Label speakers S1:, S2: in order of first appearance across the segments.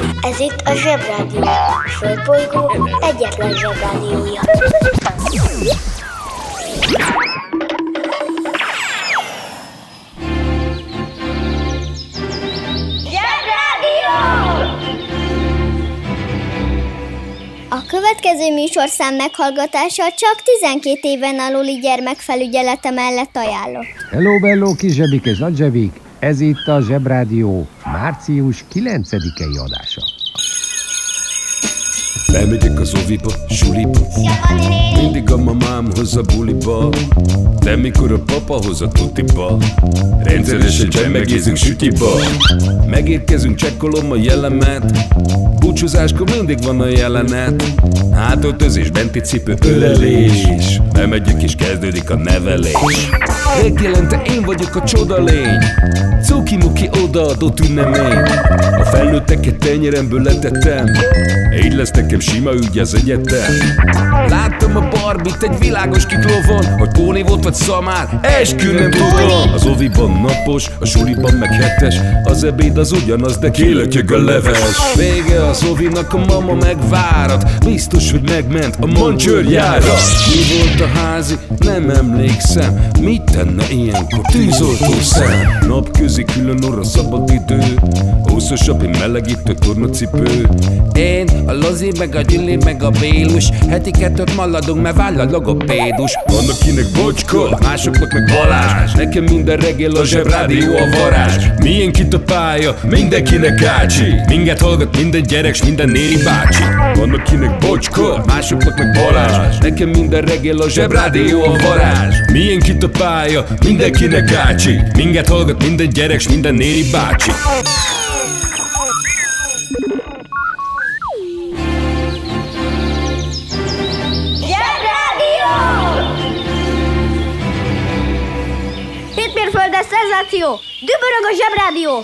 S1: Ez itt a Zsebrádió, a Földbolygó egyetlen Zsebrádiója.
S2: A következő műsorszám meghallgatása csak 12 éven aluli gyermekfelügyelete mellett ajánlott.
S3: Hello, bello, kis zsebik és nagy zsebik! Ez itt a Zsebrádió március 9-i adása.
S4: Bemegyek az oviba, suliba, mindig a mamám hoz a buliba, de mikor a papa hoz a tutiba, rendszeresen csemmegézünk sütiba. Megérkezünk, csekkolom a jellemet, búcsúzáskor mindig van a jelenet. Hátöltözés, benti cipő, ölelés, bemegyek és kezdődik a nevelés. Reggelente én vagyok a csoda lény, cuki-muki odaadott ünnemény. A felnőtteket tenyeremből letettem, így lesz nekem sima ügy az egyetem. Láttam a Barbit egy világos kiklovon, hogy Póni volt vagy szamár, eskü nem tudom. Az oviban napos, a suliban meg hetes, az ebéd az ugyanaz, de kilötyög a leves. Vége az ovinak, a mama megvárat, biztos, hogy megment a mancsőrjára. Mi volt a házi? Nem emlékszem, mit tenne ilyenkor tűzoltó szem? Napközi külön orra szabad idő, húszosabb, én melegítő tornacipő. Én, a Lozi, meg a Gyüli, meg a Bélus, heti kettőt maladunk, mert váll a logopédus. Van akinek Bocska, másoknak meg Balázs, nekem minden reggel a Zsebrádió a varázs. Milyen itt a pálya, mindenkinek ácsi, minket hallgat minden gyerek, s minden néri bácsi. Van akinek Bocska, másoknak meg Balázs, nekem minden reggel a Zsebrádió a varázs. Milyen itt a pálya, mindenkinek ácsi, minket hallgat minden gyerek, s minden néri bácsi.
S2: Szenzáció! Dübörög a Zsebrádió!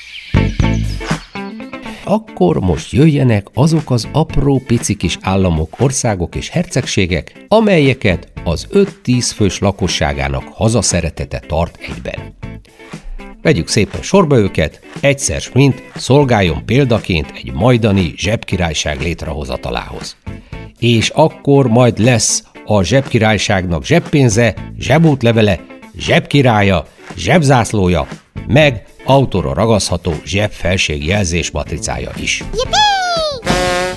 S5: Akkor most jöjjenek azok az apró pici kis államok, országok és hercegségek, amelyeket az 5-10 fős lakosságának hazaszeretete tart egyben. Vegyük szépen sorba őket, egyszer mint szolgáljon példaként egy majdani zsebkirályság létrehozatalához. És akkor majd lesz a zsebkirályságnak zseppénze, zsebútlevele, zsebkirálya, zsebzászlója, meg autóra ragasztható zsebfelségjelzés matricája is. Yippee!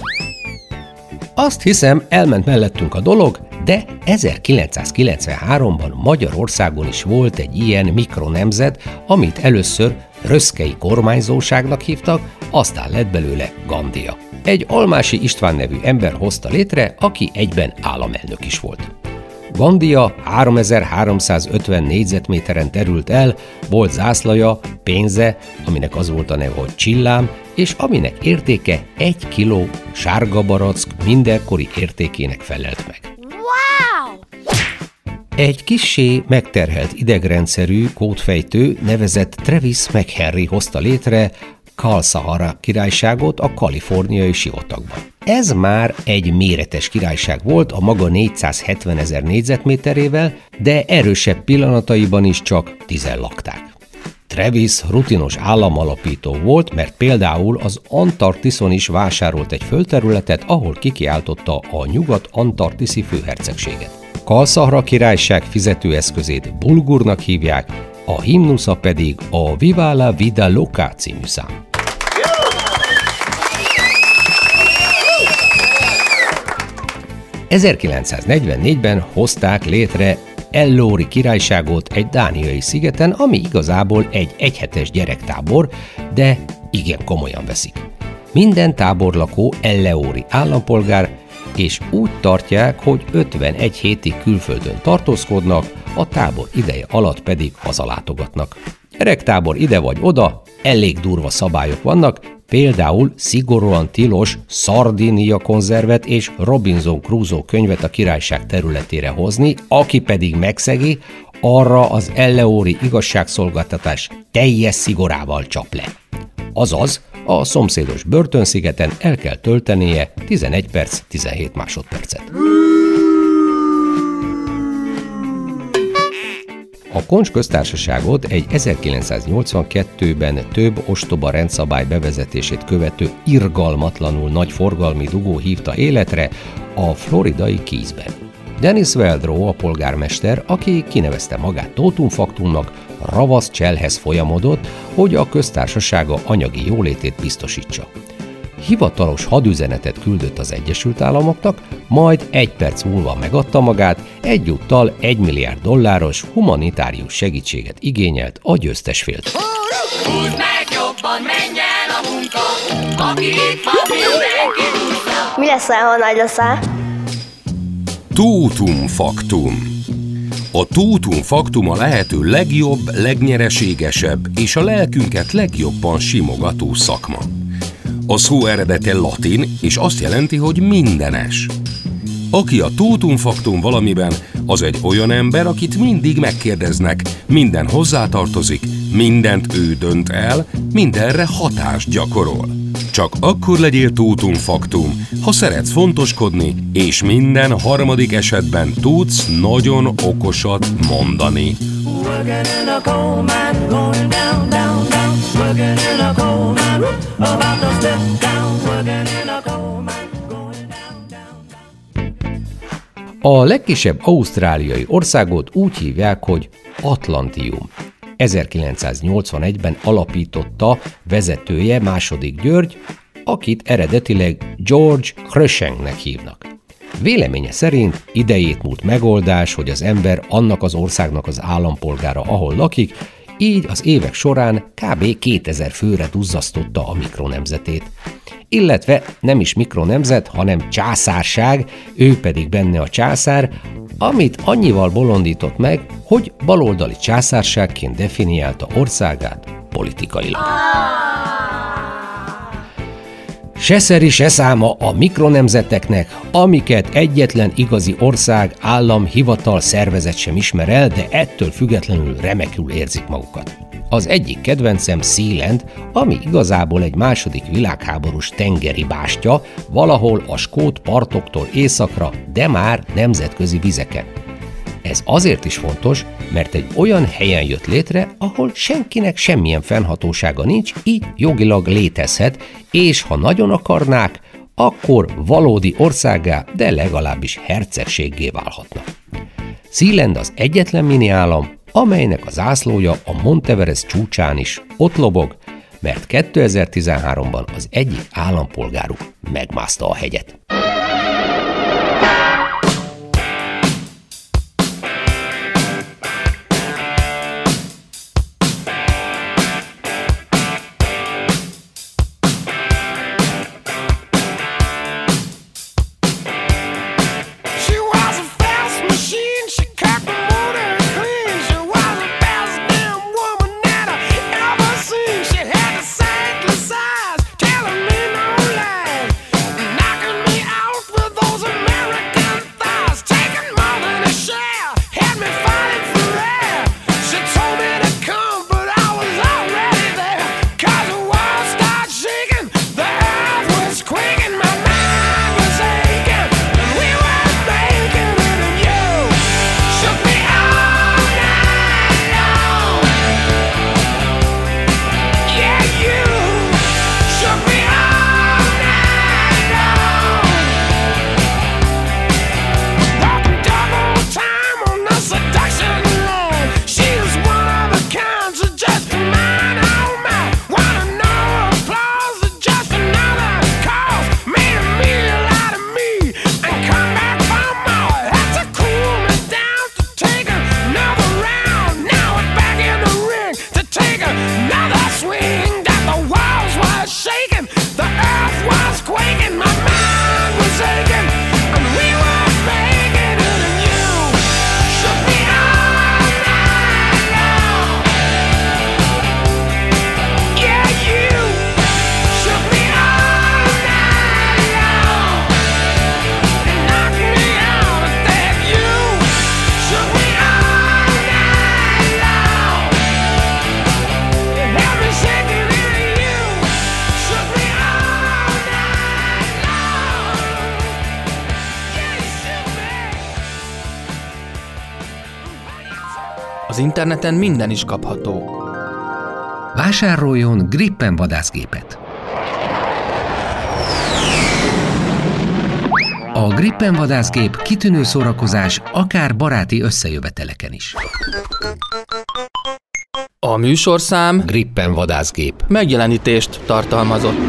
S5: Azt hiszem, elment mellettünk a dolog, de 1993-ban Magyarországon is volt egy ilyen mikronemzet, amit először röszkei kormányzóságnak hívtak, aztán lett belőle Gandia. Egy Almási István nevű ember hozta létre, aki egyben államelnök is volt. Gandia 3350 négyzetméteren terült el, volt zászlaja, pénze, aminek az volt a neve, hogy csillám, és aminek értéke 1 kiló sárga barack mindenkori értékének felelt meg.
S2: Wow!
S5: Egy kissé megterhelt idegrendszerű kódfejtő nevezett Travis McHenry hozta létre Kalszahara királyságot a kaliforniai sivatagban. Ez már egy méretes királyság volt a maga 470 000 négyzetméterével, de erősebb pillanataiban is csak 10 lakták. Travis rutinos államalapító volt, mert például az Antarktiszon is vásárolt egy földterületet, ahol kikiáltotta a nyugat-antarktiszi főhercegséget. Kalszahara királyság fizetőeszközét bulgurnak hívják, a himnusza pedig a Viva la Vida Loca című szám. ...1944-ben hozták létre Ellóri királyságot egy dániai szigeten, ami igazából egy egyhetes gyerektábor, de igen komolyan veszik. Minden táborlakó elleóri állampolgár, és úgy tartják, hogy 51 hétig külföldön tartózkodnak, a tábor ideje alatt pedig hazalátogatnak. Gyerektábor ide vagy oda, elég durva szabályok vannak, például szigorúan tilos Szardinia konzervet és Robinson Crusoe könyvet a királyság területére hozni, aki pedig megszegi, arra az elleóri igazságszolgáltatás teljes szigorával csap le. Azaz, a szomszédos börtönszigeten el kell töltenie 11 perc 17 másodpercet. A Koncs köztársaságot egy 1982-ben több ostoba rendszabály bevezetését követő irgalmatlanul nagy forgalmi dugó hívta életre a floridai Keysben. Dennis Weldrow, a polgármester, aki kinevezte magát Tótum Faktumnak, ravasz cselhez folyamodott, hogy a köztársasága anyagi jólétét biztosítsa. Hivatalos hadüzenetet küldött az Egyesült Államoknak, majd 1 perc múlva megadta magát, egyúttal $1 milliárd humanitárius segítséget igényelt a győztes féltől.
S6: Húzd meg jobban, menj el a munka, aki itt van, mindenki húzza.
S1: Mi leszel, ha nagy leszel?
S4: Tótum Faktum. A Tótum Faktum a lehető legjobb, legnyereségesebb és a lelkünket legjobban simogató szakma. A szó eredete latin, és azt jelenti, hogy mindenes. Aki a Tótum Faktum valamiben, az egy olyan ember, akit mindig megkérdeznek, minden hozzátartozik, mindent ő dönt el, mindenre hatást gyakorol. Csak akkor legyél Tótum Faktum, ha szeretsz fontoskodni, és minden harmadik esetben tudsz nagyon okosat mondani.
S5: A legkisebb ausztráliai országot úgy hívják, hogy Atlantium. 1981-ben alapította vezetője II. György, akit eredetileg George Cruikshanknek hívnak. Véleménye szerint idejét múlt megoldás, hogy az ember annak az országnak az állampolgára, ahol lakik, így az évek során kb. 2000 főre duzzasztotta a mikronemzetét. Illetve nem is mikronemzet, hanem császárság, ő pedig benne a császár, amit annyival bolondított meg, hogy baloldali császárságként definiálta országát politikailag. Se szeri, se száma a mikronemzeteknek, amiket egyetlen igazi ország, állam, hivatal, szervezet sem ismer el, de ettől függetlenül remekül érzik magukat. Az egyik kedvencem Sealand, ami igazából egy II. Világháborús tengeri bástya, valahol a skót partoktól északra, de már nemzetközi vizeken. Ez azért is fontos, mert egy olyan helyen jött létre, ahol senkinek semmilyen fennhatósága nincs, így jogilag létezhet, és ha nagyon akarnák, akkor valódi országgá, de legalábbis hercegséggé válhatna. Sealand az egyetlen mini állam, amelynek a zászlója a Monteverest csúcsán is ott lobog, mert 2013-ban az egyik állampolgáruk megmászta a hegyet.
S6: Telling me no lies, knocking me
S7: Az interneten minden is kapható.
S5: Vásároljon Gripen vadászgépet! A Gripen vadászgép kitűnő szórakozás akár baráti összejöveteleken is.
S7: A műsorszám
S5: Gripen vadászgép.
S7: megjelenítést tartalmazott.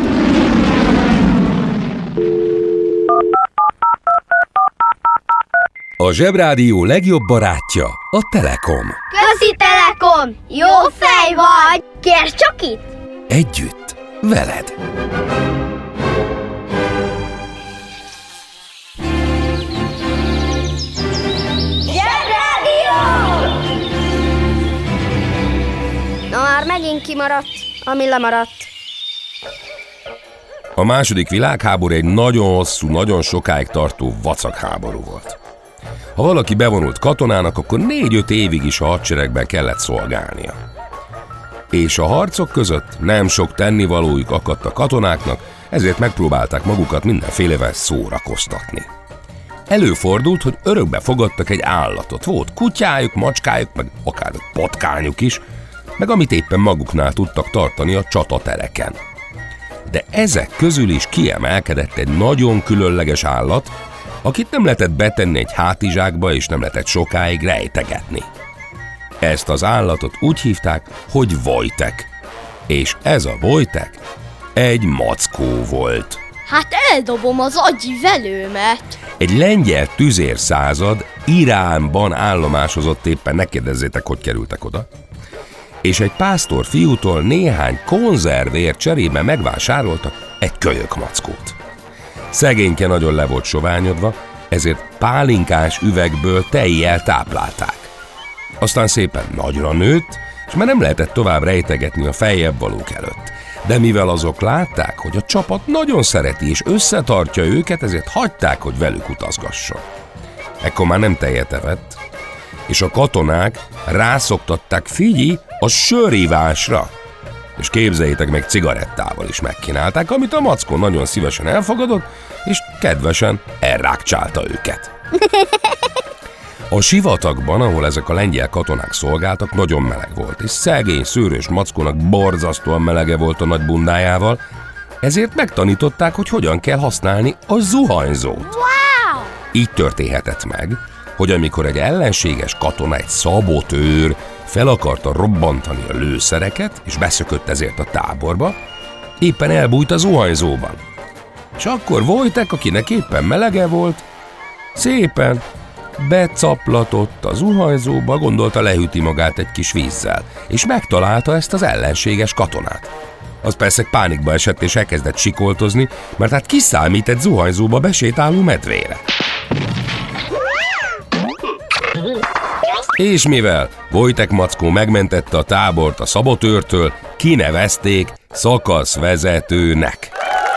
S4: A Zsebrádió legjobb barátja a Telekom.
S2: Közi Telekom! Jó fej vagy! Kérd csak itt!
S4: Együtt, veled.
S2: Na már megint kimaradt, ami lemaradt.
S4: A második világháború egy nagyon hosszú, nagyon sokáig tartó vacakháború volt. Ha valaki bevonult katonának, akkor 4-5 évig is a hadseregben kellett szolgálnia. És a harcok között nem sok tennivalójuk akadt a katonáknak, ezért megpróbálták magukat mindenfélevel szórakoztatni. Előfordult, hogy örökbe fogadtak egy állatot. Volt kutyájuk, macskájuk, meg akár patkányuk is, meg amit éppen maguknál tudtak tartani a csatatereken. De ezek közül is kiemelkedett egy nagyon különleges állat, akit nem lehetett betenni egy hátizsákba, és nem lehetett sokáig rejtegetni. Ezt az állatot úgy hívták, hogy Wojtek. És ez a Wojtek egy mackó volt.
S2: Hát eldobom az agyi velőmet.
S4: Egy lengyel tüzérszázad Iránban állomásozott éppen, ne kérdezzétek, hogy kerültek oda, és egy pásztor fiútól néhány konzervért cserébe megvásároltak egy kölyökmackót. Szegényke nagyon le volt soványodva, ezért pálinkás üvegből tejjel táplálták. Aztán szépen nagyra nőtt, és már nem lehetett tovább rejtegetni a feljebb valók előtt. De mivel azok látták, hogy a csapat nagyon szereti és összetartja őket, ezért hagyták, hogy velük utazgasson. Ekkor már nem tejet evett, és a katonák rászoktatták, figyelj, a sörívásra. És képzeljétek meg, cigarettával is megkínálták, amit a mackó nagyon szívesen elfogadott, és kedvesen elrákcsálta őket. A sivatagban, ahol ezek a lengyel katonák szolgáltak, nagyon meleg volt, és szegény, szőrös mackónak borzasztóan melege volt a nagy bundájával, ezért megtanították, hogy hogyan kell használni a zuhanyzót.
S2: Wow!
S4: Így történhetett meg, hogy amikor egy ellenséges katona, egy szabotőr fel akarta robbantani a lőszereket, és beszökött ezért a táborba, éppen elbújt a zuhanyzóban. És akkor Wojtek, akinek éppen melege volt, szépen becaplatott a zuhanyzóba, gondolta, lehűti magát egy kis vízzel, és megtalálta ezt az ellenséges katonát. Az persze pánikba esett és elkezdett sikoltozni, mert hát kiszámít egy zuhanyzóba besétáló medvére. És mivel Wojtek mackó megmentette a tábort a szabotőrtől, kinevezték szakaszvezetőnek.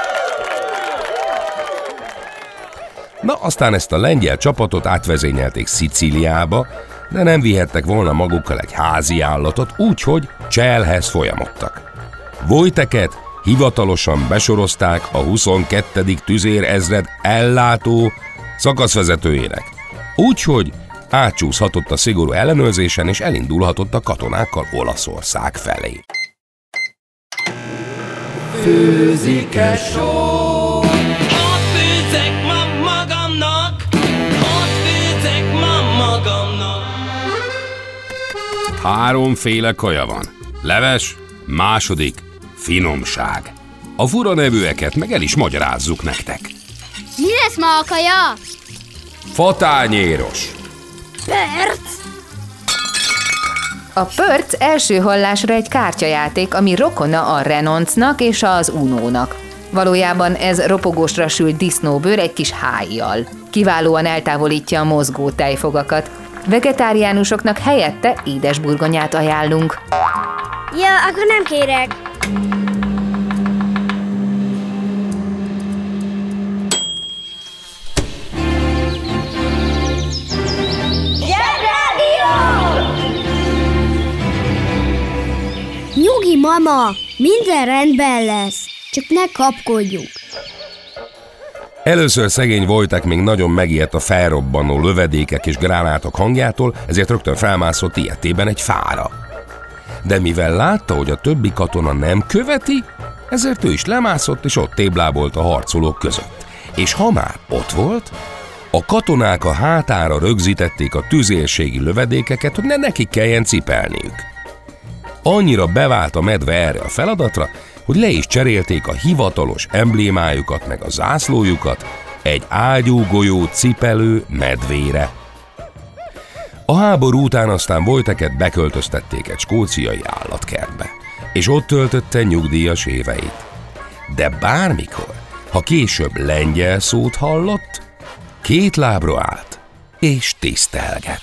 S4: Na, aztán ezt a lengyel csapatot átvezényelték Szicíliába, de nem vihettek volna magukkal egy házi állatot, úgyhogy Csellhez folyamodtak. Wojteket hivatalosan besorozták a 22. tüzérezred ellátó szakaszvezetőjének. Úgyhogy átcsúszhatott a szigorú ellenőrzésen, és elindulhatott a katonákkal Olaszország felé.
S6: Főzik-e só? Ott főzek ma magamnak, ott főzek ma magamnak.
S4: 3 kaja van. Leves, második, finomság. A fura nevűeket meg el is magyarázzuk nektek.
S2: Mi lesz ma a kaja?
S4: Fatányéros.
S2: Perc?
S8: A pörc első hallásra egy kártyajáték, ami rokona a renoncnak és az unónak. Valójában ez ropogósra sült disznóbőr egy kis hájjal. Kiválóan eltávolítja a mozgó tejfogakat. Vegetáriánusoknak helyette édesburgonyát ajánlunk.
S2: Ja, akkor nem kérek. Nyugi, mama! Minden rendben lesz. Csak ne kapkodjunk.
S4: Először szegény Wojtek még nagyon megijedt a felrobbanó lövedékek és gránátok hangjától, ezért rögtön felmászott ilyetében egy fára. De mivel látta, hogy a többi katona nem követi, ezért ő is lemászott, és ott téblábolt a harcolók között. És ha már ott volt, a katonák a hátára rögzítették a tüzérségi lövedékeket, hogy ne nekik kelljen cipelniük. Annyira bevált a medve erre a feladatra, hogy le is cserélték a hivatalos emblémájukat meg a zászlójukat egy ágyúgolyó cipelő medvére. A háború után aztán Wojteket beköltöztették egy skóciai állatkertbe, és ott töltötte nyugdíjas éveit. De bármikor, ha később lengyel szót hallott, két lábra állt és tisztelgett.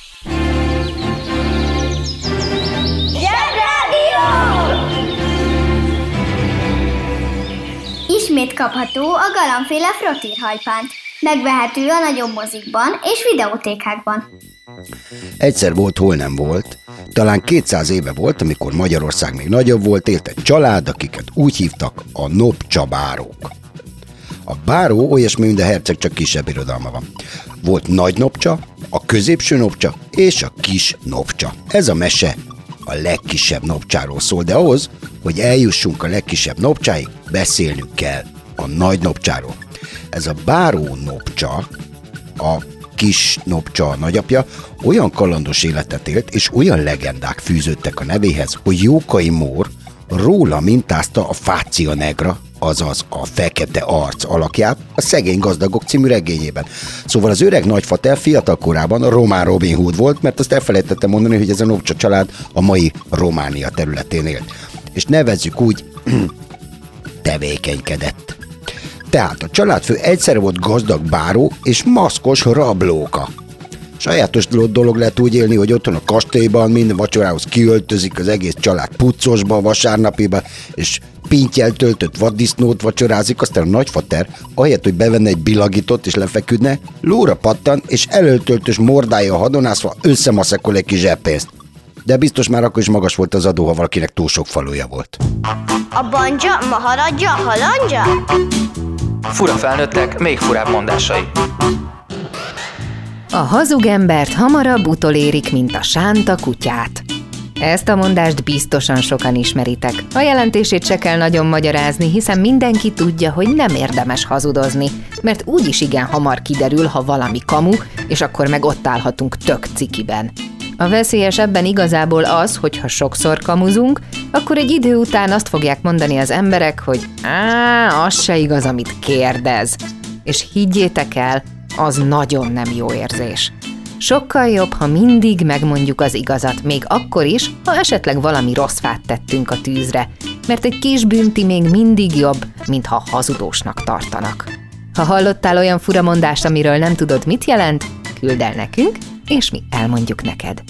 S2: Ismét kapható a Galambféle Frottírhajpánt. Megvehető a nagyobb mozikban és videótékákban.
S9: Egyszer volt, hol nem volt. Talán 200 éve volt, amikor Magyarország még nagyobb volt, élt egy család, akiket úgy hívtak a Nopcsa bárók. A báró olyasmi, mint a herceg, csak kisebb irodalma van. Volt Nagy Nopcsa, a Középső Nopcsa és a Kis Nopcsa. Ez a mese a legkisebb Nopcsáról szól, de ahhoz, hogy eljussunk a legkisebb Nopcsáig, beszélnünk kell a Nagy Nopcsáról. Ez a báró Nopcsa, a Kis Nopcsa nagyapja, olyan kalandos életet élt, és olyan legendák fűződtek a nevéhez, hogy Jókai Mór róla mintázta a Fácia Negra, azaz a fekete arc alakját a Szegény gazdagok című regényében. Szóval az öreg nagyfater fiatal korában a román Robin Hood volt, mert azt elfelejtettem mondani, hogy ez a Nopcsa család a mai Románia területén élt. És nevezzük úgy, tevékenykedett. Tehát a családfő egyszerre volt gazdag báró és maszkos rablóka. Sajátos dolog lehet úgy élni, hogy otthon a kastélyban minden vacsorához kiöltözik az egész család puccosba, vasárnapiba, és pinttyel töltött vaddisznót vacsorázik, aztán a nagyfater, ahelyett, hogy bevenne egy bilagítót és lefeküdne, lóra pattan, és elöltöltös mordája hadonászva összemaszekol egy kis zseppénzt. De biztos már akkor is magas volt az adó, ha valakinek túl sok faluja volt.
S2: A banja, maharadja, halandja?
S7: Fura felnőttek, még furább mondásai.
S8: A hazug embert hamarabb utolérik, mint a sánta kutyát. Ezt a mondást biztosan sokan ismeritek. A jelentését se kell nagyon magyarázni, hiszen mindenki tudja, hogy nem érdemes hazudozni, mert úgyis igen hamar kiderül, ha valami kamu, és akkor meg ott állhatunk tök cikiben. A veszélyes ebben igazából az, hogy ha sokszor kamuzunk, akkor egy idő után azt fogják mondani az emberek, hogy az se igaz, amit kérdez. És higgyétek el, az nagyon nem jó érzés. Sokkal jobb, ha mindig megmondjuk az igazat, még akkor is, ha esetleg valami rossz fát tettünk a tűzre, mert egy kis bünti még mindig jobb, mint ha hazudósnak tartanak. Ha hallottál olyan furamondást, amiről nem tudod, mit jelent, küldd el nekünk, és mi elmondjuk neked.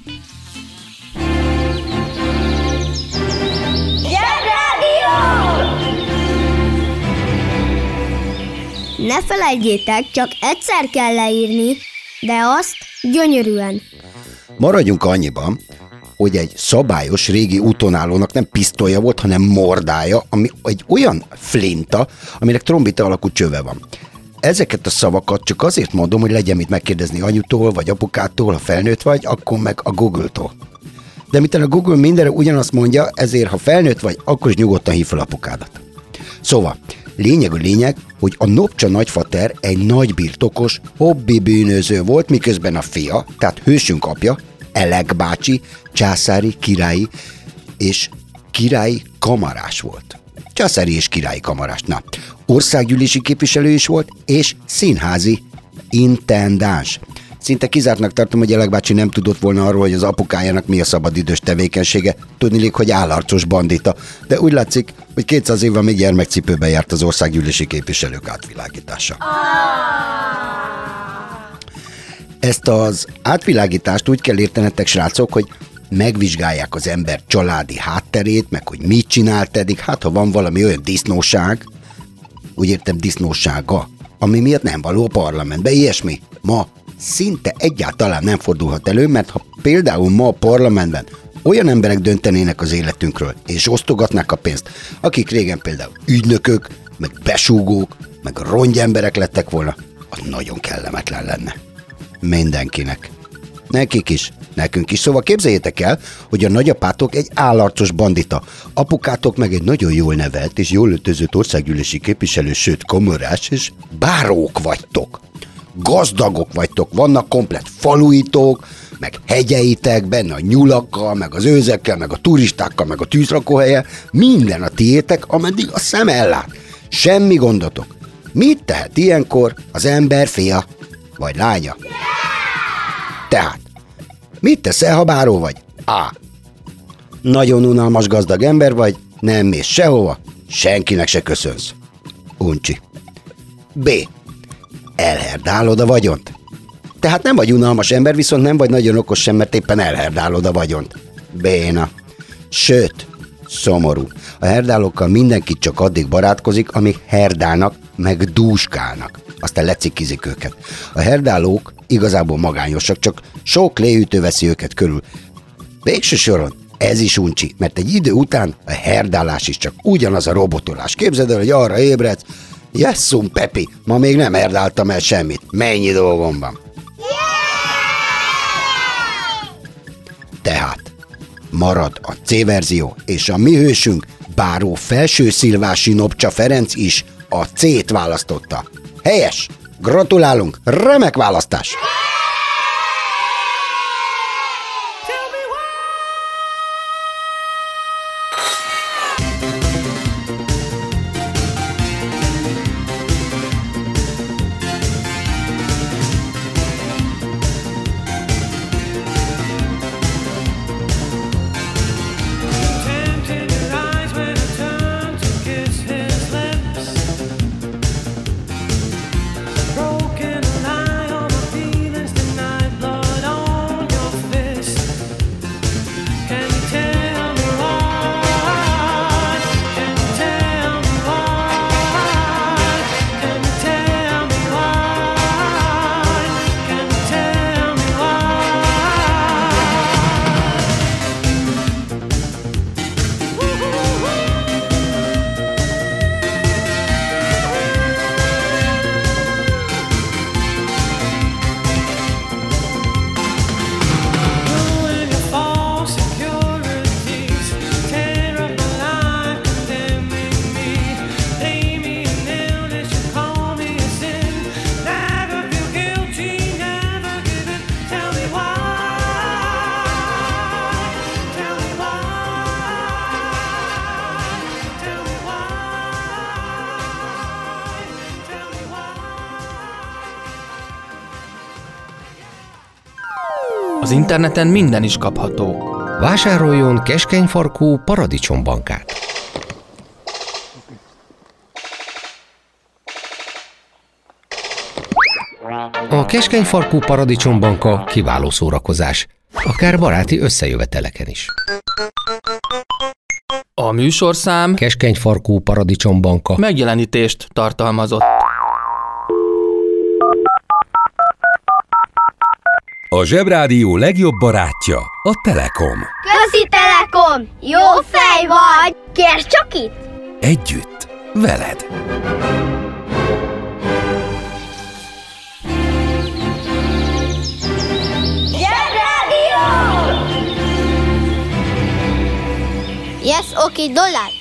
S2: Ne felejtjétek, csak egyszer kell leírni, de azt gyönyörűen.
S9: Maradjunk annyiban, hogy egy szabályos régi útonállónak nem pisztolya volt, hanem mordája, ami egy olyan flinta, aminek trombita alakú csöve van. Ezeket a szavakat csak azért mondom, hogy legyen mit megkérdezni anyutól, vagy apukától, ha felnőtt vagy, akkor meg a Google-tól. De miután a Google mindenre ugyanazt mondja, ezért ha felnőtt vagy, akkor is nyugodtan hív fel apukádat. Szóval, lényeg, hogy a Nopcsa nagyfater egy nagybirtokos, hobbi bűnöző volt, miközben a fia, tehát hősünk apja, Elek bácsi, császári, királyi és királyi kamarás volt. Császári és királyi kamarás. Na, országgyűlési képviselő is volt, és színházi intendáns. Szinte kizártnak tartom, hogy Elek bácsi nem tudott volna arról, hogy az apukájának mi a szabadidős tevékenysége. Tudniillik, hogy állarcos bandita. De úgy látszik, hogy 200 évvel még gyermekcipőben járt az országgyűlési képviselők átvilágítása. Ezt az átvilágítást úgy kell értenetek, srácok, hogy megvizsgálják az ember családi hátterét, meg hogy mit csinált eddig, hát ha van valami olyan disznóság, úgy értem disznósága, ami miatt nem való a parlamentbe, ilyesmi. Ma szinte egyáltalán nem fordulhat elő, mert ha például ma a parlamentben olyan emberek döntenének az életünkről, és osztogatnák a pénzt, akik régen például ügynökök, meg besúgók, meg a rongyemberek lettek volna, az nagyon kellemetlen lenne. Mindenkinek. Nekik is, nekünk is. Szóval képzeljétek el, hogy a nagyapátok egy állarcos bandita, apukátok meg egy nagyon jól nevelt és jól öltözött országgyűlési képviselő, sőt kamarás, és bárók vagytok. Gazdagok vagytok, vannak komplett faluitok, meg hegyeitek, benne a nyulakkal, meg az őzekkel, meg a turistákkal, meg a tűzrakóhelye, minden a tiétek, ameddig a szem ellát. Semmi gondotok. Mit tehet ilyenkor az ember fia vagy lánya? Tehát, mit teszel, ha báró vagy? A. Nagyon unalmas gazdag ember vagy, nem mész sehova, senkinek se köszönsz. Uncsi. B. Elherdálod a vagyont. Tehát nem vagy unalmas ember, viszont nem vagy nagyon okos sem, mert éppen elherdálod a vagyont. Béna. Sőt, szomorú. A herdálókkal mindenki csak addig barátkozik, amíg herdálnak, meg dúskálnak. Aztán lecikizik őket. A herdálók igazából magányosak, csak sok léütő veszi őket körül. Végső soron ez is uncsi, mert egy idő után a herdálás is csak ugyanaz a robotolás. Képzeld el, hogy arra ébredsz, jesszum Pepi, ma még nem herdáltam el semmit. Mennyi dolgom van? Tehát marad a C-verzió, és a mi hősünk, báró Felsőszilvási Nopcsa Ferenc is a C-t választotta. Helyes! Gratulálunk! Remek választás!
S7: Az interneten minden is kapható.
S5: Vásároljon keskenyfarkú paradicsombankát. A keskenyfarkú paradicsombanka kiváló szórakozás, akár baráti összejöveteleken is.
S7: A műsorszám
S5: Keskenyfarkú paradicsombanka
S7: megjelenítést tartalmazott.
S4: A Zsebrádió legjobb barátja a Telekom.
S2: Köszi Telekom! Jó fej vagy! Kérd csak itt!
S4: Együtt, veled.
S2: Zsebrádió! Yes, okay, dollár.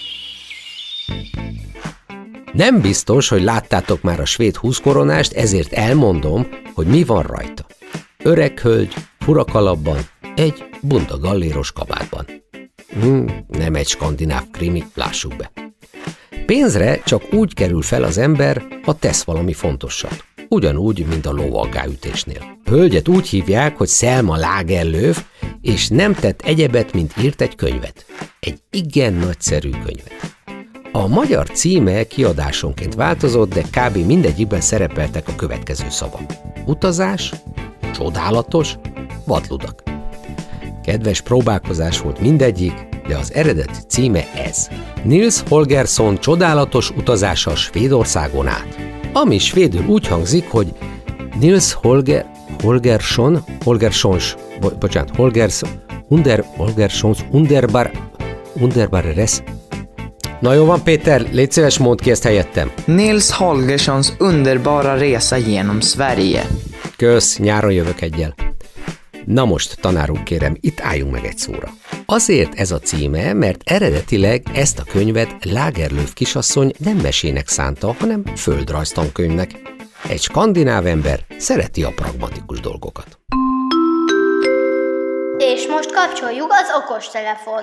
S5: Nem biztos, hogy láttátok már a svéd 20 koronást, ezért elmondom, hogy mi van rajta. Öreg hölgy, furakalapban, egy bunda galléros kabátban. Nem egy skandináv krimi, lássuk be. Pénzre csak úgy kerül fel az ember, ha tesz valami fontosat. Ugyanúgy, mint a lovaggáütésnél. Hölgyet úgy hívják, hogy Selma Lagerlöf, és nem tett egyebet, mint írt egy könyvet. Egy igen nagyszerű könyvet. A magyar címe kiadásonként változott, de kb. Mindegyikben szerepeltek a következő szavak. Utazás, csodálatos, vadludak. Kedves próbálkozás volt mindegyik, de az eredeti címe ez. Nils Holgersson csodálatos utazása Svédországon át. Ami svédül úgy hangzik, hogy Nils Holgerssons underbar Na jó van, Péter, légy szíves, mondd ki ezt helyettem.
S10: Nils Holgerssons underbara resa genom Sverige.
S5: Kösz, nyáron jövök egyel. Na most, tanár úr, kérem, itt álljunk meg egy szóra. Azért ez a címe, mert eredetileg ezt a könyvet Lagerlöf kisasszony nem mesének szánta, hanem földrajztankönyvnek. Egy skandináv ember szereti a pragmatikus dolgokat.
S2: És most kapcsoljuk az okostelefon.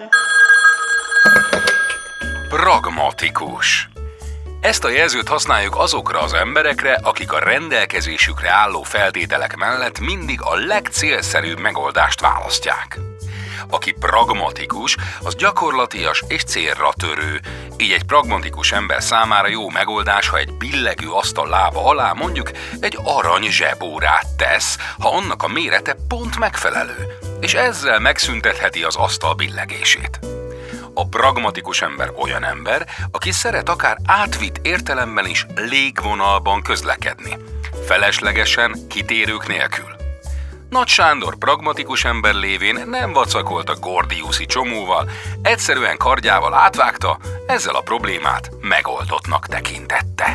S4: Pragmatikus. Ezt a jelzőt használjuk azokra az emberekre, akik a rendelkezésükre álló feltételek mellett mindig a legcélszerűbb megoldást választják. Aki pragmatikus, az gyakorlatias és célra törő. Így egy pragmatikus ember számára jó megoldás, ha egy billegő asztal lába alá mondjuk egy arany zsebórát tesz, ha annak a mérete pont megfelelő, és ezzel megszüntetheti az asztal billegését. A pragmatikus ember olyan ember, aki szeret akár átvitt értelemben is légvonalban közlekedni. Feleslegesen, kitérők nélkül. Nagy Sándor pragmatikus ember lévén nem vacakolt a gordiuszi csomóval, egyszerűen kardjával átvágta, ezzel a problémát megoldottnak tekintette.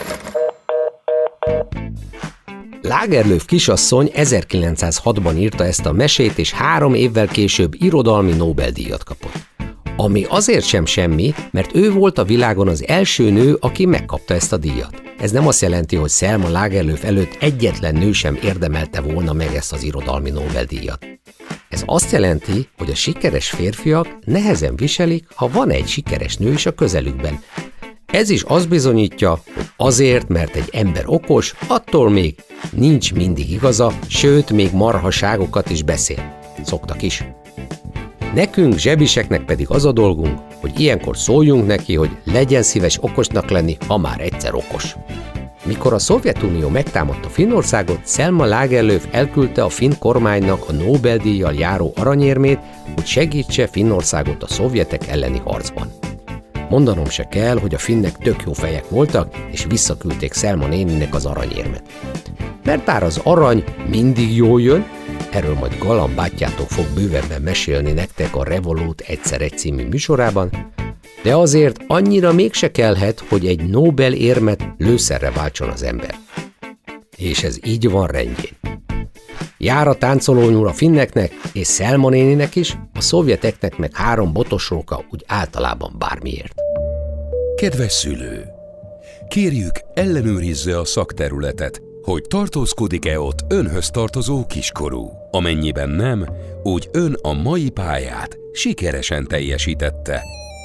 S5: Lagerlöf kisasszony 1906-ban írta ezt a mesét, és 3 évvel később irodalmi Nobel-díjat kapott. Ami azért sem semmi, mert ő volt a világon az első nő, aki megkapta ezt a díjat. Ez nem azt jelenti, hogy Selma Lagerlöf előtt egyetlen nő sem érdemelte volna meg ezt az irodalmi Nobel-díjat. Ez azt jelenti, hogy a sikeres férfiak nehezen viselik, ha van egy sikeres nő is a közelükben. Ez is azt bizonyítja, hogy azért, mert egy ember okos, attól még nincs mindig igaza, sőt, még marhaságokat is beszél. Szoktak is. Nekünk, zsebiseknek pedig az a dolgunk, hogy ilyenkor szóljunk neki, hogy legyen szíves okosnak lenni, ha már egyszer okos. Mikor a Szovjetunió megtámadta Finnországot, Selma Lagerlöf elküldte a finn kormánynak a Nobel-díjjal járó aranyérmét, hogy segítse Finnországot a szovjetek elleni harcban. Mondanom se kell, hogy a finnek tök jó fejek voltak, és visszaküldték Selma néninek az aranyérmet. Mert bár az arany mindig jól jön, erről majd Galamb bátyjátok fog bővebben mesélni nektek a Revolut egyszer egy című műsorában, de azért annyira mégse kellhet, hogy egy Nobel-érmet lőszerre váltson az ember. És ez így van rendjén. Jár a táncolónyúl a finneknek és Selma néninek is, a szovjeteknek meg 3 botos róka úgy általában bármiért.
S4: Kedves szülő! Kérjük, ellenőrizze a szakterületet, hogy tartózkodik-e ott önhöz tartozó kiskorú. Amennyiben nem, úgy ön a mai pályát sikeresen teljesítette.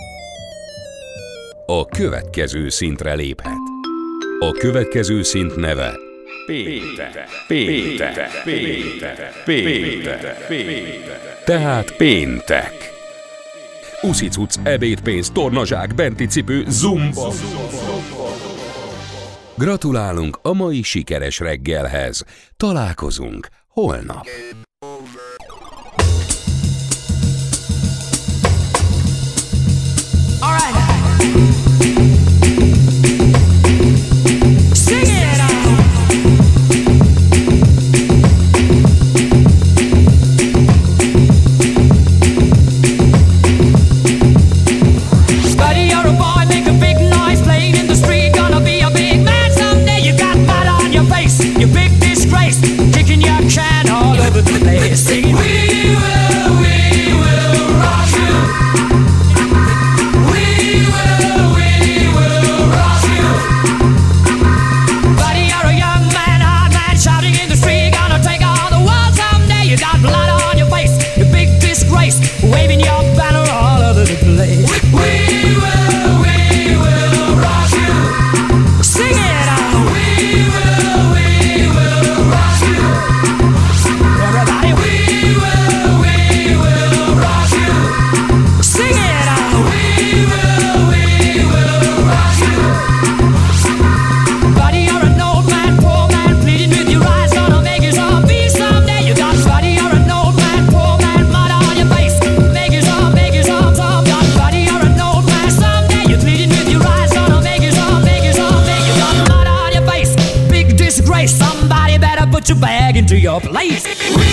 S4: A következő szintre léphet. A következő szint neve péntek. Tehát péntek. Uszicuc, ebédpénz, tornazsák, benti cipő, zumba. Gratulálunk a mai sikeres reggelhez. Találkozunk holnap.
S6: Somebody better put your bag into your place.